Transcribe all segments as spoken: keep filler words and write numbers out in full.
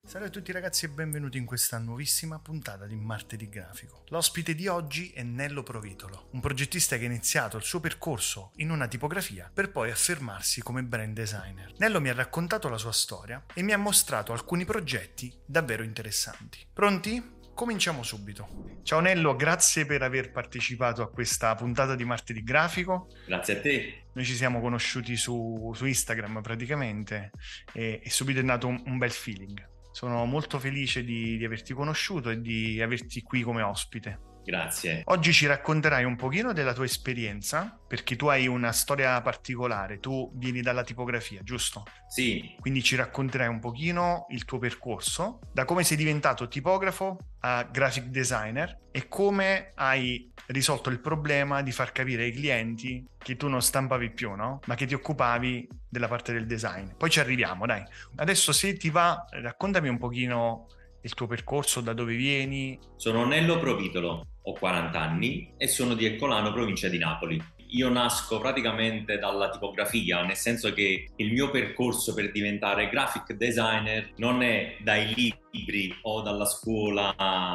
Salve a tutti ragazzi e benvenuti in questa nuovissima puntata di Martedì Grafico. L'ospite di oggi è Nello Provitolo, un progettista che ha iniziato il suo percorso in una tipografia per poi affermarsi come brand designer. Nello mi ha raccontato la sua storia e mi ha mostrato alcuni progetti davvero interessanti. Pronti? Cominciamo subito. Ciao Nello, grazie per aver partecipato a questa puntata di Martedì Grafico. Grazie a te. Noi ci siamo conosciuti su, su Instagram praticamente e, e subito è nato un, un bel feeling. Sono molto felice di, di averti conosciuto e di averti qui come ospite. Grazie. Oggi ci racconterai un pochino della tua esperienza, perché tu hai una storia particolare, tu vieni dalla tipografia, giusto? Sì. Quindi ci racconterai un pochino il tuo percorso, da come sei diventato tipografo a graphic designer e come hai risolto il problema di far capire ai clienti che tu non stampavi più, no? Ma che ti occupavi della parte del design. Poi ci arriviamo, dai. Adesso se ti va, raccontami un pochino il tuo percorso, da dove vieni. Sono Nello Provitolo, ho quaranta anni e sono di Eccolano, provincia di Napoli. Io nasco praticamente dalla tipografia, nel senso che il mio percorso per diventare graphic designer non è dai libri o dalla scuola,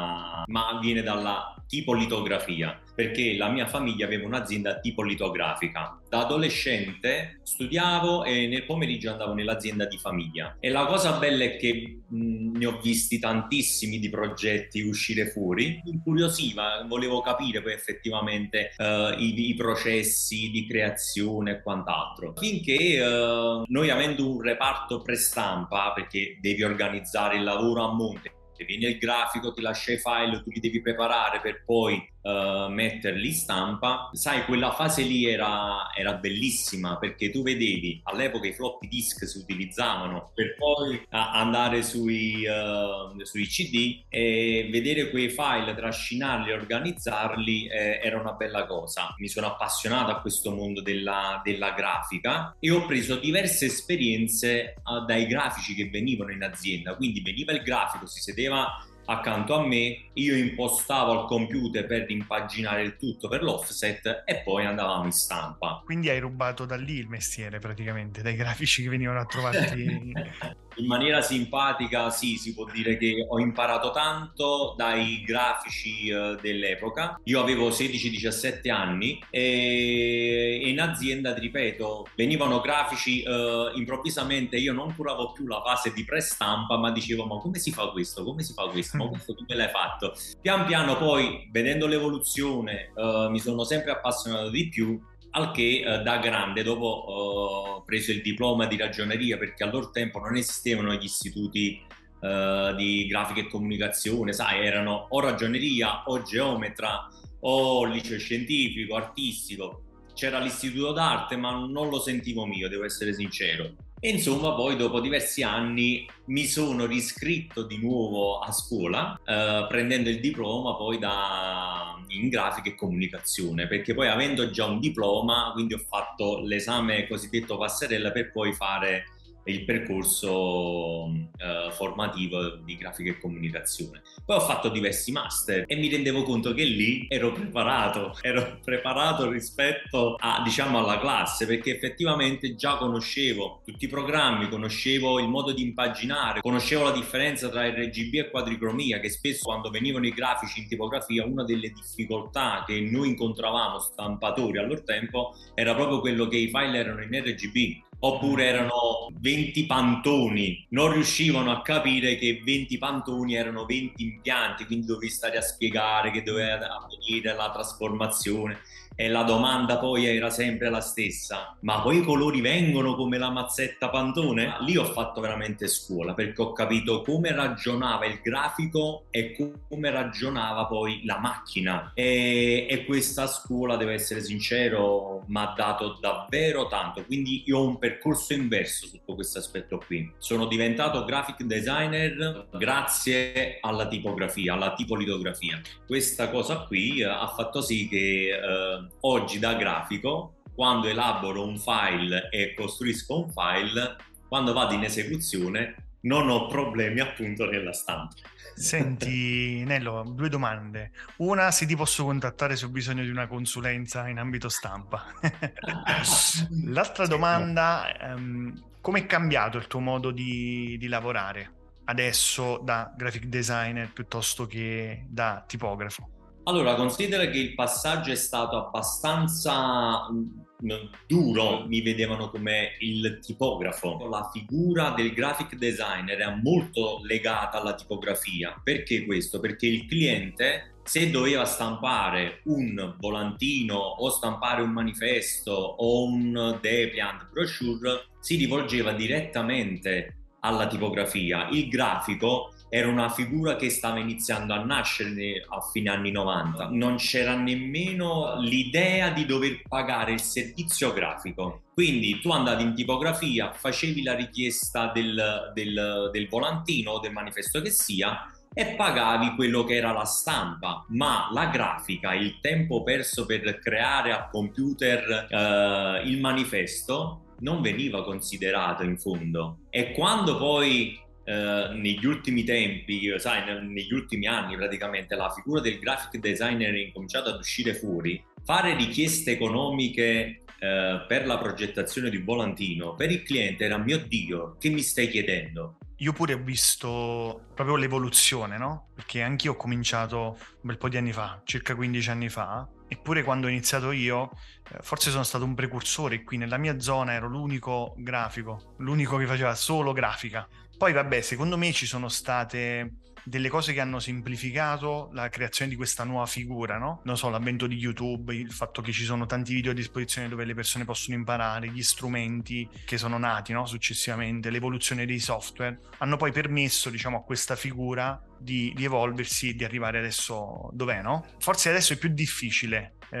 ma viene dalla tipolitografia, perché la mia famiglia aveva un'azienda tipolitografica. Da adolescente studiavo e nel pomeriggio andavo nell'azienda di famiglia. E la cosa bella è che mh, ne ho visti tantissimi di progetti uscire fuori. Mi incuriosiva, volevo capire poi effettivamente uh, i, i processi di creazione e quant'altro. Finché uh, noi, avendo un reparto prestampa, perché devi organizzare il lavoro a monte, vieni il grafico, ti lascia i file, tu li devi preparare per poi uh, metterli in stampa. Sai, quella fase lì era, era bellissima, perché tu vedevi all'epoca i floppy disk si utilizzavano per poi uh, andare sui, uh, sui C D e vedere quei file, trascinarli, organizzarli, eh, era una bella cosa. Mi sono appassionato a questo mondo della, della grafica e ho preso diverse esperienze uh, dai grafici che venivano in azienda. Quindi veniva il grafico, si sedeva accanto a me, io impostavo al computer per impaginare il tutto per l'offset e poi andavamo in stampa. Quindi hai rubato da lì il mestiere praticamente, dai grafici che venivano a trovarti. In maniera simpatica, sì, si può dire che ho imparato tanto dai grafici uh, dell'epoca. Io avevo sedici diciassette anni e in azienda, ti ripeto, venivano grafici, uh, improvvisamente io non curavo più la fase di prestampa, ma dicevo: ma come si fa questo? Come si fa questo? Ma questo come l'hai fatto? Pian piano poi, vedendo l'evoluzione, uh, mi sono sempre appassionato di più. Al che eh, da grande, dopo ho preso il diploma di ragioneria, perché al loro tempo non esistevano gli istituti eh, di grafica e comunicazione, sai, erano o ragioneria o geometra o liceo scientifico, artistico. C'era l'istituto d'arte, ma non lo sentivo mio, devo essere sincero. E insomma, poi dopo diversi anni mi sono riscritto di nuovo a scuola, eh, prendendo il diploma poi da, in grafica e comunicazione, perché poi, avendo già un diploma, quindi ho fatto l'esame cosiddetto passerella per poi fare il percorso eh, formativo di grafica e comunicazione. Poi ho fatto diversi master e mi rendevo conto che lì ero preparato, ero preparato rispetto a, diciamo, alla classe, perché effettivamente già conoscevo tutti i programmi, conoscevo il modo di impaginare, conoscevo la differenza tra R G B e quadricromia, che spesso quando venivano i grafici in tipografia una delle difficoltà che noi incontravamo stampatori al loro tempo era proprio quello che i file erano in R G B. Oppure erano venti pantoni, non riuscivano a capire che venti pantoni erano venti impianti, quindi dovevi stare a spiegare che doveva avvenire la trasformazione. E la domanda poi era sempre la stessa: ma poi i colori vengono come la mazzetta Pantone? Lì ho fatto veramente scuola, perché ho capito come ragionava il grafico e come ragionava poi la macchina, e, e questa scuola, devo essere sincero, mi ha dato davvero tanto. Quindi io ho un percorso inverso sotto questo aspetto qui. Sono diventato graphic designer grazie alla tipografia, alla tipolitografia. Questa cosa qui eh, ha fatto sì che eh, oggi da grafico, quando elaboro un file e costruisco un file, quando vado in esecuzione non ho problemi appunto nella stampa. Senti Nello, due domande. Una, se ti posso contattare se ho bisogno di una consulenza in ambito stampa. L'altra domanda, um, come è cambiato il tuo modo di, di lavorare? adesso da graphic designer piuttosto che da tipografo? Allora, considera che il passaggio è stato abbastanza mh, duro, mi vedevano come il tipografo. La figura del graphic designer è molto legata alla tipografia. Perché questo? Perché il cliente, se doveva stampare un volantino o stampare un manifesto o un depliant brochure, si rivolgeva direttamente alla tipografia. Il grafico era una figura che stava iniziando a nascere a fine anni novanta. Non c'era nemmeno l'idea di dover pagare il servizio grafico. Quindi tu andavi in tipografia, facevi la richiesta del, del, del volantino o del manifesto che sia e pagavi quello che era la stampa, ma la grafica, il tempo perso per creare a computer eh, il manifesto non veniva considerato in fondo. E quando poi Uh, negli ultimi tempi, sai, negli ultimi anni praticamente la figura del graphic designer è incominciata ad uscire fuori, fare richieste economiche uh, per la progettazione di un volantino per il cliente era: mio Dio, che mi stai chiedendo? Io pure ho visto proprio l'evoluzione, no? Perché anch'io ho cominciato un bel po' di anni fa, circa quindici anni fa, eppure quando ho iniziato io, eh, forse sono stato un precursore, qui nella mia zona ero l'unico grafico, l'unico che faceva solo grafica. Poi vabbè, secondo me ci sono state delle cose che hanno semplificato la creazione di questa nuova figura, no? Non so, l'avvento di YouTube, il fatto che ci sono tanti video a disposizione dove le persone possono imparare, gli strumenti che sono nati, no? Successivamente, l'evoluzione dei software, hanno poi permesso, diciamo, a questa figura di, di evolversi e di arrivare adesso dov'è, no? Forse adesso è più difficile, eh,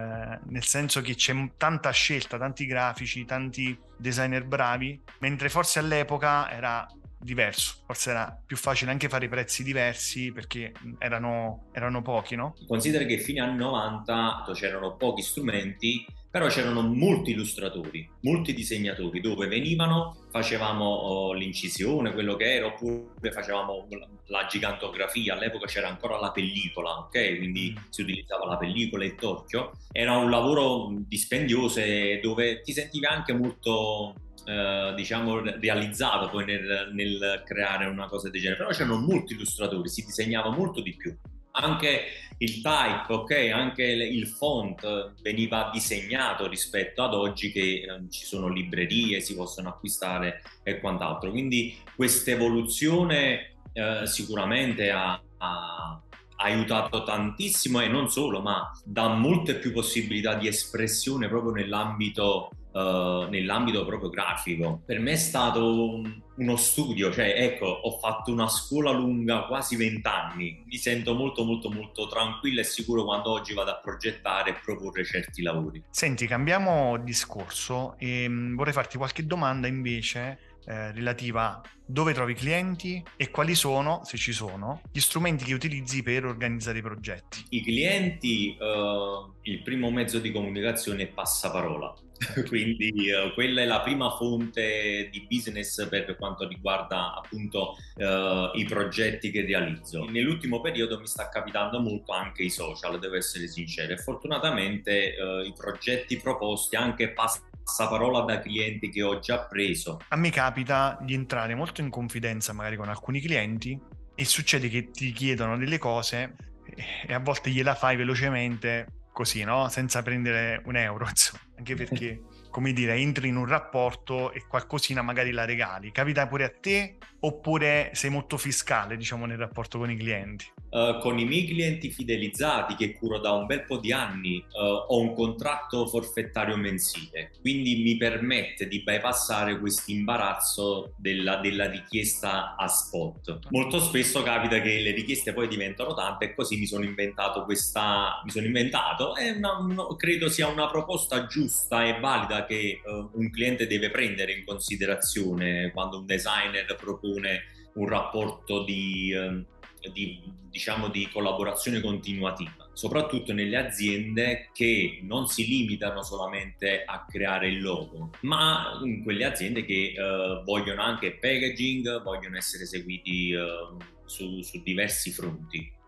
nel senso che c'è tanta scelta, tanti grafici, tanti designer bravi, mentre forse all'epoca era diverso, forse era più facile anche fare prezzi diversi perché erano, erano pochi, no? Considera che fino anni novanta c'erano pochi strumenti, però c'erano molti illustratori, molti disegnatori dove venivano, facevamo oh, l'incisione, quello che era, oppure facevamo la gigantografia. All'epoca c'era ancora la pellicola, ok? Quindi si utilizzava la pellicola e il torchio. Era un lavoro dispendioso dove ti sentivi anche molto eh, diciamo realizzato poi nel, nel creare una cosa del genere. Però c'erano molti illustratori, si disegnava molto di più. Anche il type, ok, anche il font veniva disegnato rispetto ad oggi che eh, ci sono librerie, si possono acquistare e quant'altro. Quindi questa evoluzione eh, sicuramente ha, ha aiutato tantissimo, e non solo, ma dà molte più possibilità di espressione proprio nell'ambito Uh, nell'ambito proprio grafico. Per me è stato un, uno studio, cioè ecco, ho fatto una scuola lunga quasi vent'anni, mi sento molto molto molto tranquillo e sicuro quando oggi vado a progettare e proporre certi lavori. Senti, cambiamo discorso e mh, vorrei farti qualche domanda invece eh, relativa a dove trovi clienti e quali sono, se ci sono, gli strumenti che utilizzi per organizzare i progetti. I clienti, uh, il primo mezzo di comunicazione è passaparola. Quindi uh, quella è la prima fonte di business per quanto riguarda appunto uh, i progetti che realizzo. Nell'ultimo periodo mi sta capitando molto anche i social, devo essere sincero, e fortunatamente uh, i progetti proposti anche passaparola da clienti che ho già preso. A me capita di entrare molto in confidenza magari con alcuni clienti e succede che ti chiedono delle cose e a volte gliela fai velocemente così, no? Senza prendere un euro, insomma. Anche perché, come dire, entri in un rapporto e qualcosina magari la regali. Capita pure a te oppure sei molto fiscale, diciamo, nel rapporto con i clienti? Uh, con i miei clienti fidelizzati che curo da un bel po' di anni uh, ho un contratto forfettario mensile, quindi mi permette di bypassare questo imbarazzo della, della richiesta a spot. Molto spesso capita che le richieste poi diventano tante e così mi sono inventato questa mi sono inventato e una, una, credo sia una proposta giusta e valida che uh, un cliente deve prendere in considerazione quando un designer propone un rapporto di uh, Di, diciamo di collaborazione continuativa, soprattutto nelle aziende che non si limitano solamente a creare il logo, ma in quelle aziende che uh, vogliono anche packaging, vogliono essere seguiti uh, su, su diversi fronti.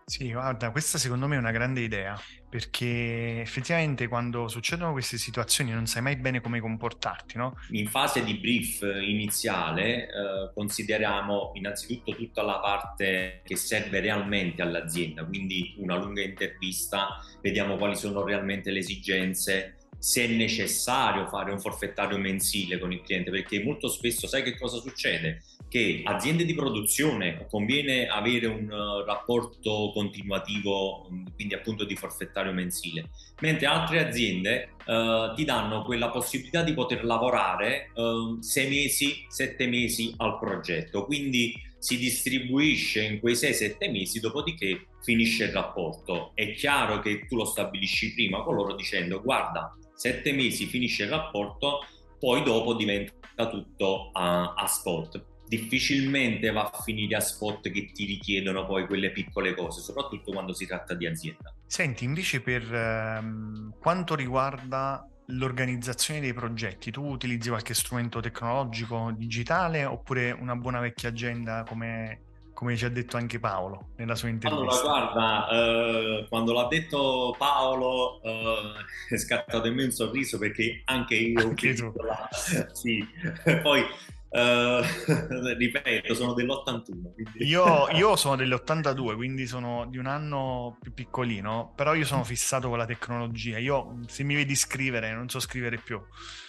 Sì, guarda, questa secondo me è una grande idea, perché effettivamente quando succedono queste situazioni non sai mai bene come comportarti, no? In fase di brief iniziale eh, consideriamo innanzitutto tutta la parte che serve realmente all'azienda, quindi una lunga intervista, vediamo quali sono realmente le esigenze, se è necessario fare un forfettario mensile con il cliente, perché molto spesso sai che cosa succede? Che aziende di produzione conviene avere un uh, rapporto continuativo, quindi appunto di forfettario mensile, mentre altre aziende uh, ti danno quella possibilità di poter lavorare uh, sei mesi, sette mesi al progetto, quindi si distribuisce in quei sei sette mesi, dopodiché finisce il rapporto. È chiaro che tu lo stabilisci prima con loro dicendo guarda, sette mesi finisce il rapporto, poi dopo diventa tutto a, a spot. Difficilmente va a finire a spot che ti richiedono poi quelle piccole cose, soprattutto quando si tratta di azienda. Senti, invece per ehm, quanto riguarda l'organizzazione dei progetti, tu utilizzi qualche strumento tecnologico digitale oppure una buona vecchia agenda come, come ci ha detto anche Paolo nella sua Allora, intervista? guarda, eh, quando l'ha detto Paolo eh, è scattato in me un sorriso perché anche io Anche tu. utilizzo la... Sì, poi eh, ripeto, sono dell'ottantuno, quindi... Io, io sono dell'ottantadue, quindi sono di un anno più piccolino, però io sono fissato con la tecnologia. Io, se mi vedi scrivere, non so scrivere più.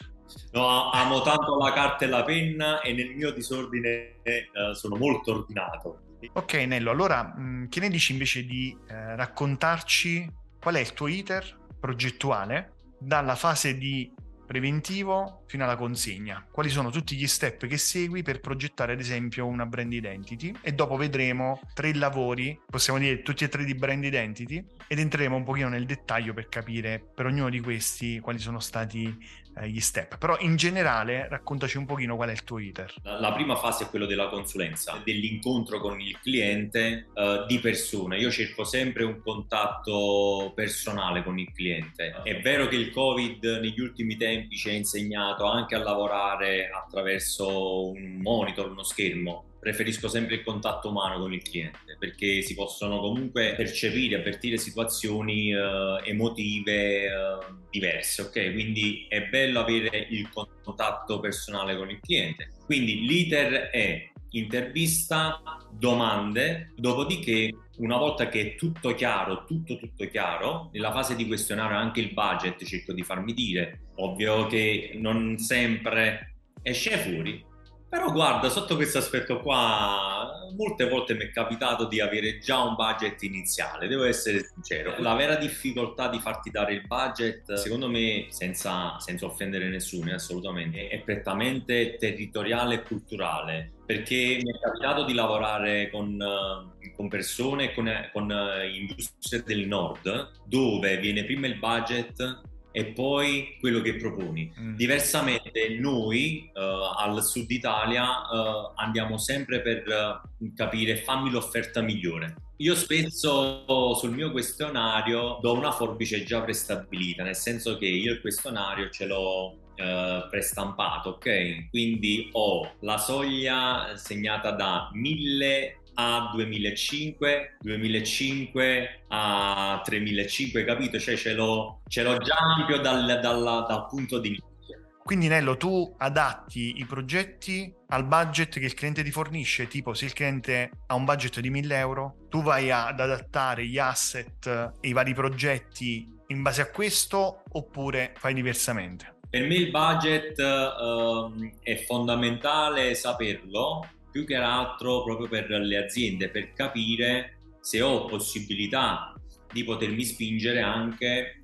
No, amo tanto la carta e la penna e nel mio disordine eh, sono molto ordinato. Ok, Nello, allora mh, che ne dici invece di eh, raccontarci qual è il tuo iter progettuale dalla fase di preventivo fino alla consegna? Quali sono tutti gli step che segui per progettare, ad esempio, una brand identity? E dopo vedremo tre lavori, possiamo dire tutti e tre di brand identity, ed entreremo un pochino nel dettaglio per capire per ognuno di questi quali sono stati eh, gli step. Però in generale raccontaci un pochino qual è il tuo iter. La, la prima fase è quello della consulenza, dell'incontro con il cliente eh, di persona. Io cerco sempre un contatto personale con il cliente. È vero che il Covid negli ultimi tempi ci ha insegnato anche a lavorare attraverso un monitor, uno schermo. Preferisco sempre il contatto umano con il cliente perché si possono comunque percepire, avvertire situazioni eh, emotive eh, diverse, ok? Quindi è bello avere il contatto personale con il cliente. Quindi l'iter è intervista, domande, dopodiché una volta che è tutto chiaro, tutto tutto chiaro, nella fase di questionario anche il budget cerco di farmi dire, ovvio che non sempre esce fuori, però guarda, sotto questo aspetto qua, molte volte mi è capitato di avere già un budget iniziale, devo essere sincero. La vera difficoltà di farti dare il budget, secondo me, senza, senza offendere nessuno, assolutamente, è prettamente territoriale e culturale, perché mi è capitato di lavorare con, con persone, con, con industrie del nord, dove viene prima il budget e poi quello che proponi. Mm. Diversamente noi uh, al sud Italia uh, andiamo sempre per uh, capire fammi l'offerta migliore. Io spesso sul mio questionario do una forbice già prestabilita, nel senso che io il questionario ce l'ho Uh, prestampato, ok? Quindi ho la soglia segnata da mille a duemilacinque, duemilacinque a tremilacinque, capito? Cioè ce l'ho, ce l'ho già ampio dal, dal, dal punto di vista. Quindi Nello, tu adatti i progetti al budget che il cliente ti fornisce, tipo se il cliente ha un budget di mille euro, tu vai ad adattare gli asset e i vari progetti in base a questo oppure fai diversamente? Per me il budget uh, è fondamentale saperlo, più che altro proprio per le aziende, per capire se ho possibilità di potermi spingere anche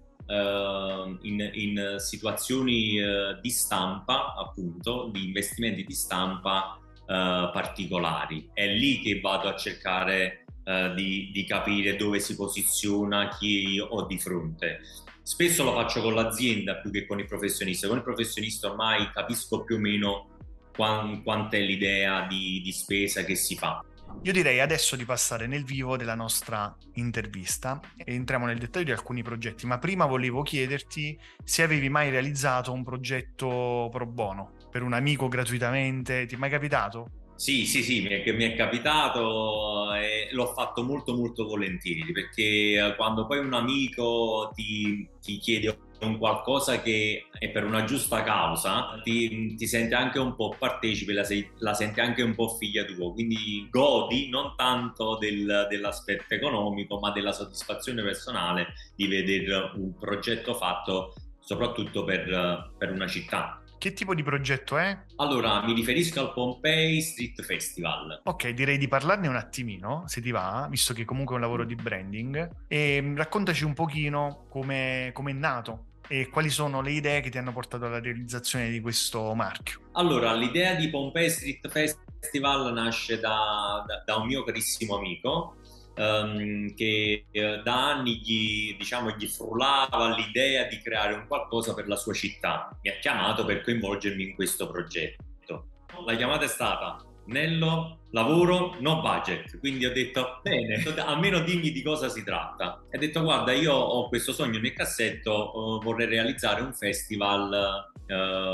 uh, in, in situazioni uh, di stampa, appunto, di investimenti di stampa uh, particolari. È lì che vado a cercare uh, di, di capire dove si posiziona chi ho di fronte. Spesso lo faccio con l'azienda più che con il professionista. Con il professionista ormai capisco più o meno quant, quant'è l'idea di, di spesa che si fa. Io direi adesso di passare nel vivo della nostra intervista e entriamo nel dettaglio di alcuni progetti, ma prima volevo chiederti se avevi mai realizzato un progetto pro bono per un amico gratuitamente. Ti è mai capitato? Sì, sì, sì, mi è, mi è capitato e l'ho fatto molto molto volentieri, perché quando poi un amico ti, ti chiede un qualcosa che è per una giusta causa, ti, ti sente anche un po' partecipe, la, sei, la senti anche un po' figlia tua, quindi godi non tanto del, dell'aspetto economico, ma della soddisfazione personale di vedere un progetto fatto soprattutto per, per una città. Che tipo di progetto è? Allora, mi riferisco al Pompei Street Festival. Ok, direi di parlarne un attimino, se ti va, visto che comunque è un lavoro di branding, e raccontaci un pochino come è nato e quali sono le idee che ti hanno portato alla realizzazione di questo marchio. Allora, l'idea di Pompei Street Festival nasce da, da, da un mio carissimo amico, Um, che uh, da anni gli, diciamo, gli frullava l'idea di creare un qualcosa per la sua città. Mi ha chiamato per coinvolgermi in questo progetto. La chiamata è stata: Nello, lavoro, no budget. Quindi ho detto: bene, almeno dimmi di cosa si tratta. E ho detto: guarda, io ho questo sogno nel cassetto, uh, vorrei realizzare un festival uh,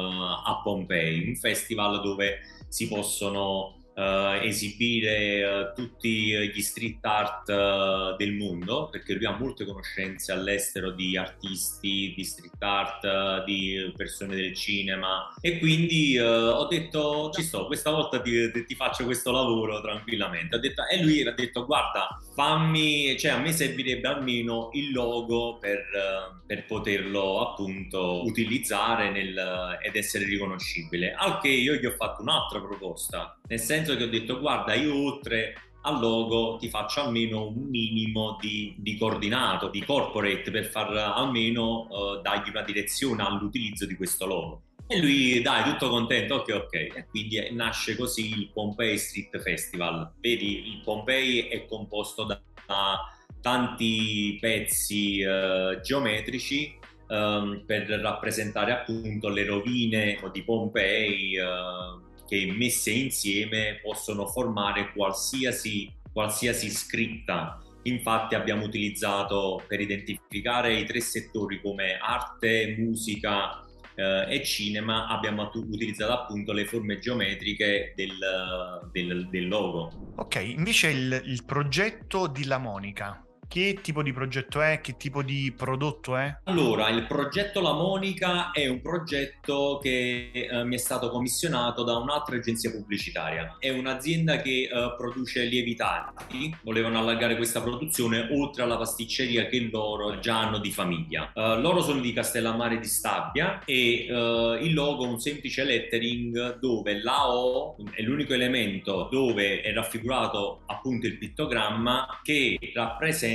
a Pompei, un festival dove si possono Uh, esibire uh, tutti gli street art uh, del mondo, perché lui ha molte conoscenze all'estero di artisti, di street art, uh, di persone del cinema, e quindi uh, ho detto: ci sto, questa volta ti, ti faccio questo lavoro tranquillamente. Ho detto, e lui ha detto: guarda, fammi, cioè a me servirebbe almeno il logo per, uh, per poterlo appunto utilizzare nel, ed essere riconoscibile. Al che io gli ho fatto un'altra proposta, nel senso che ho detto: guarda, io oltre al logo ti faccio almeno un minimo di, di coordinato, di corporate, per far almeno uh, dargli una direzione all'utilizzo di questo logo. E lui, dai, tutto contento, ok ok. E quindi nasce così il Pompei Street Festival. Vedi, il Pompei è composto da, da tanti pezzi uh, geometrici um, per rappresentare appunto le rovine di Pompei, uh, che messe insieme possono formare qualsiasi, qualsiasi scritta. Infatti abbiamo utilizzato, per identificare i tre settori come arte, musica eh, e cinema, abbiamo att- utilizzato appunto le forme geometriche del, del, del logo. Ok, invece il, il progetto di La Monica, che tipo di progetto è? Che tipo di prodotto è? Allora, il progetto La Monica è un progetto che eh, mi è stato commissionato da un'altra agenzia pubblicitaria. È un'azienda che eh, produce lievitati. Volevano allargare questa produzione oltre alla pasticceria che loro già hanno di famiglia. Uh, loro sono di Castellammare di Stabia e uh, il logo è un semplice lettering dove la O è l'unico elemento dove è raffigurato appunto il pittogramma che rappresenta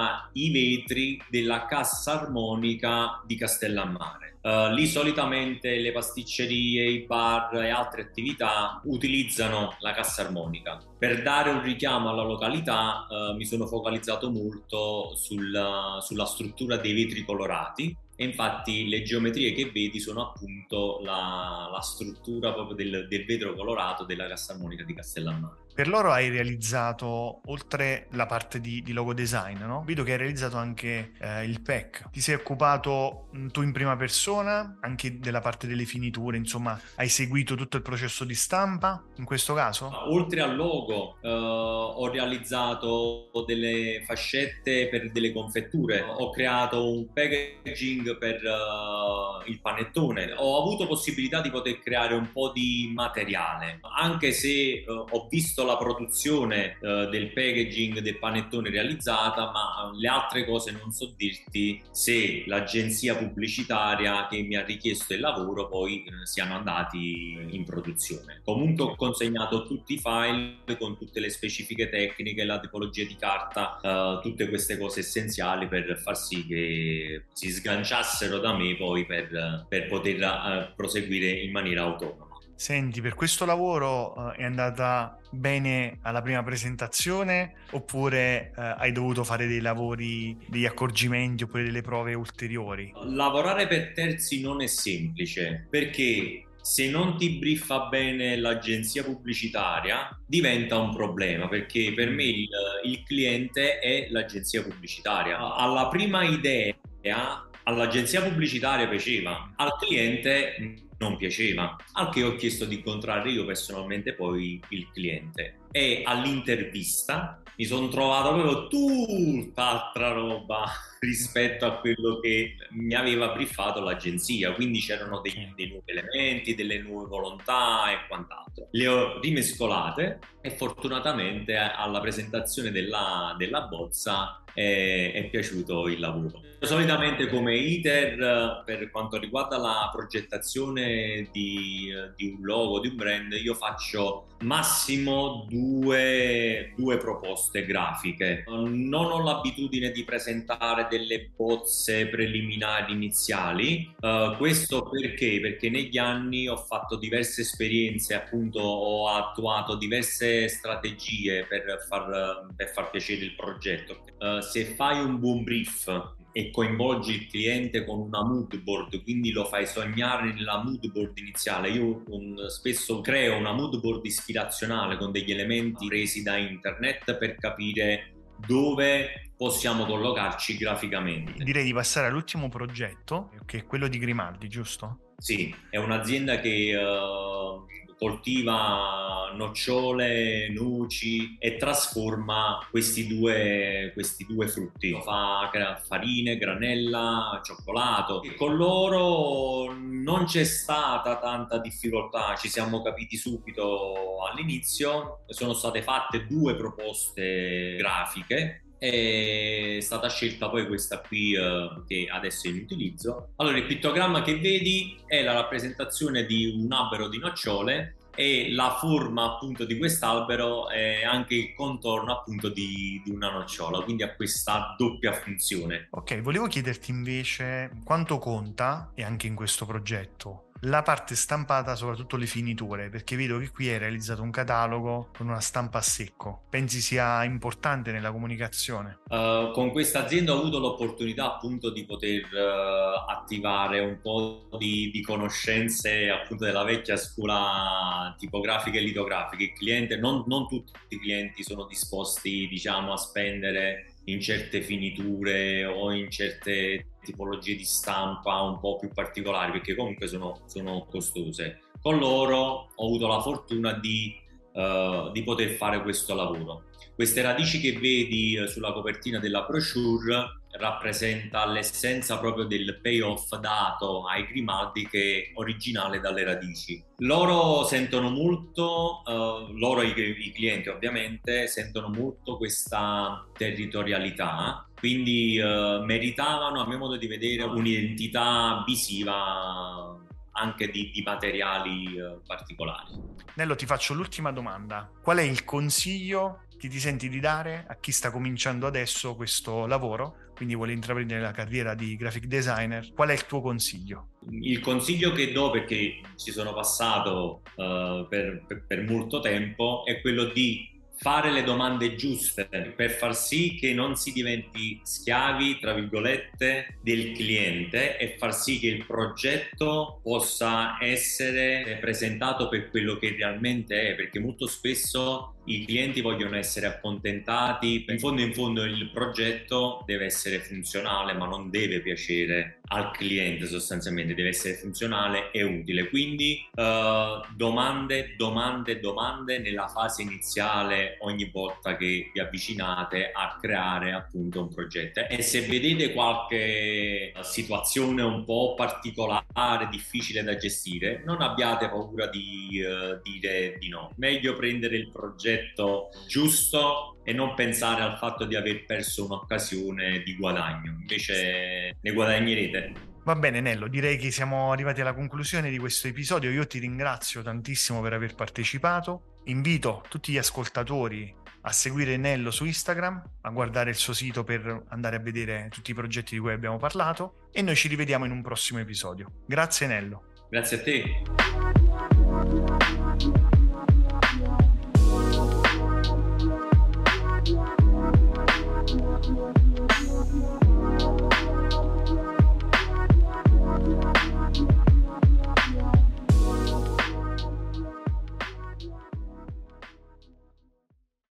i vetri della Cassa Armonica di Castellammare. Uh, lì solitamente le pasticcerie, i bar e altre attività utilizzano la Cassa Armonica. Per dare un richiamo alla località uh, mi sono focalizzato molto sulla, sulla struttura dei vetri colorati, e infatti le geometrie che vedi sono appunto la, la struttura proprio del, del vetro colorato della Cassa Armonica di Castellammare. Per loro hai realizzato, oltre la parte di, di logo design, no? Vedo che hai realizzato anche eh, il P E C. Ti sei occupato mh, tu in prima persona, anche della parte delle finiture, insomma, hai seguito tutto il processo di stampa in questo caso? Oltre al logo, eh, ho realizzato delle fascette per delle confetture, ho creato un packaging per uh, il panettone, ho avuto possibilità di poter creare un po' di materiale, anche se uh, ho visto la produzione uh, del packaging del panettone realizzata, ma uh, le altre cose non so dirti se l'agenzia pubblicitaria che mi ha richiesto il lavoro poi uh, siano andati in produzione. Comunque ho consegnato tutti i file con tutte le specifiche tecniche, la tipologia di carta, uh, tutte queste cose essenziali per far sì che si sganciassero da me poi per, per poter uh, proseguire in maniera autonoma. Senti, per questo lavoro uh, è andata bene alla prima presentazione oppure uh, hai dovuto fare dei lavori, degli accorgimenti oppure delle prove ulteriori? Lavorare per terzi non è semplice, perché se non ti briffa bene l'agenzia pubblicitaria diventa un problema, perché per me il, il cliente è l'agenzia pubblicitaria. Alla prima idea all'agenzia pubblicitaria piaceva, al cliente non piaceva, al che ho chiesto di incontrare io personalmente poi il cliente, e all'intervista mi sono trovato proprio tutt'altra roba rispetto a quello che mi aveva briefato l'agenzia, quindi c'erano dei, dei nuovi elementi, delle nuove volontà e quant'altro. Le ho rimescolate e fortunatamente alla presentazione della, della bozza è, è piaciuto il lavoro. Solitamente come iter, per quanto riguarda la progettazione di, di un logo, di un brand, io faccio massimo due, due proposte grafiche. Non ho l'abitudine di presentare delle bozze preliminari iniziali, uh, questo perché? Perché negli anni ho fatto diverse esperienze, appunto ho attuato diverse strategie per far, per far piacere il progetto. Uh, se fai un buon brief e coinvolgi il cliente con una mood board, quindi lo fai sognare nella mood board iniziale. Io um, spesso creo una mood board ispirazionale con degli elementi presi da internet per capire dove possiamo collocarci graficamente. Direi di passare all'ultimo progetto, che è quello di Grimaldi, giusto? Sì, è un'azienda che uh, coltiva nocciole, noci e trasforma questi due, questi due frutti. Fa farine, granella, cioccolato. E con loro non c'è stata tanta difficoltà, ci siamo capiti subito all'inizio. Sono state fatte due proposte grafiche. È stata scelta poi questa qui eh, che adesso è in utilizzo. Allora, il pittogramma che vedi è la rappresentazione di un albero di nocciole e la forma appunto di quest'albero è anche il contorno appunto di, di una nocciola, quindi ha questa doppia funzione. Ok, volevo chiederti invece quanto conta, e anche in questo progetto, la parte stampata, soprattutto le finiture, perché vedo che qui hai realizzato un catalogo con una stampa a secco. Pensi sia importante nella comunicazione? Uh, con questa azienda ho avuto l'opportunità appunto di poter uh, attivare un po' di, di conoscenze appunto della vecchia scuola tipografica e litografica. Il cliente, non, non tutti i clienti sono disposti, diciamo, a spendere in certe finiture o in certe tipologie di stampa un po' più particolari, perché comunque sono, sono costose. Con loro ho avuto la fortuna di, uh, di poter fare questo lavoro. Queste radici che vedi sulla copertina della brochure rappresenta l'essenza proprio del payoff dato ai Grimaldi, che è originale dalle radici. Loro sentono molto, uh, loro i, i clienti ovviamente, sentono molto questa territorialità, quindi uh, meritavano, a mio modo di vedere, un'identità visiva anche di, di materiali uh, particolari. Nello, ti faccio l'ultima domanda. Qual è il consiglio che ti senti di dare a chi sta cominciando adesso questo lavoro, quindi vuole intraprendere la carriera di graphic designer? Qual è il tuo consiglio? Il consiglio che do, perché ci sono passato uh, per, per, per molto tempo, è quello di fare le domande giuste per far sì che non si diventi schiavi, tra virgolette, del cliente, e far sì che il progetto possa essere presentato per quello che realmente è, perché molto spesso i clienti vogliono essere accontentati. In fondo in fondo il progetto deve essere funzionale, ma non deve piacere al cliente, sostanzialmente deve essere funzionale e utile. Quindi uh, domande, domande, domande nella fase iniziale ogni volta che vi avvicinate a creare appunto un progetto. E se vedete qualche situazione un po' particolare, difficile da gestire, non abbiate paura di uh, dire di no. Meglio prendere il progetto giusto e non pensare al fatto di aver perso un'occasione di guadagno, invece ne guadagnerete. Va bene Nello, direi che siamo arrivati alla conclusione di questo episodio. Io ti ringrazio tantissimo per aver partecipato, invito tutti gli ascoltatori a seguire Nello su Instagram, a guardare il suo sito per andare a vedere tutti i progetti di cui abbiamo parlato, e noi ci rivediamo in un prossimo episodio. Grazie Nello. Grazie a te.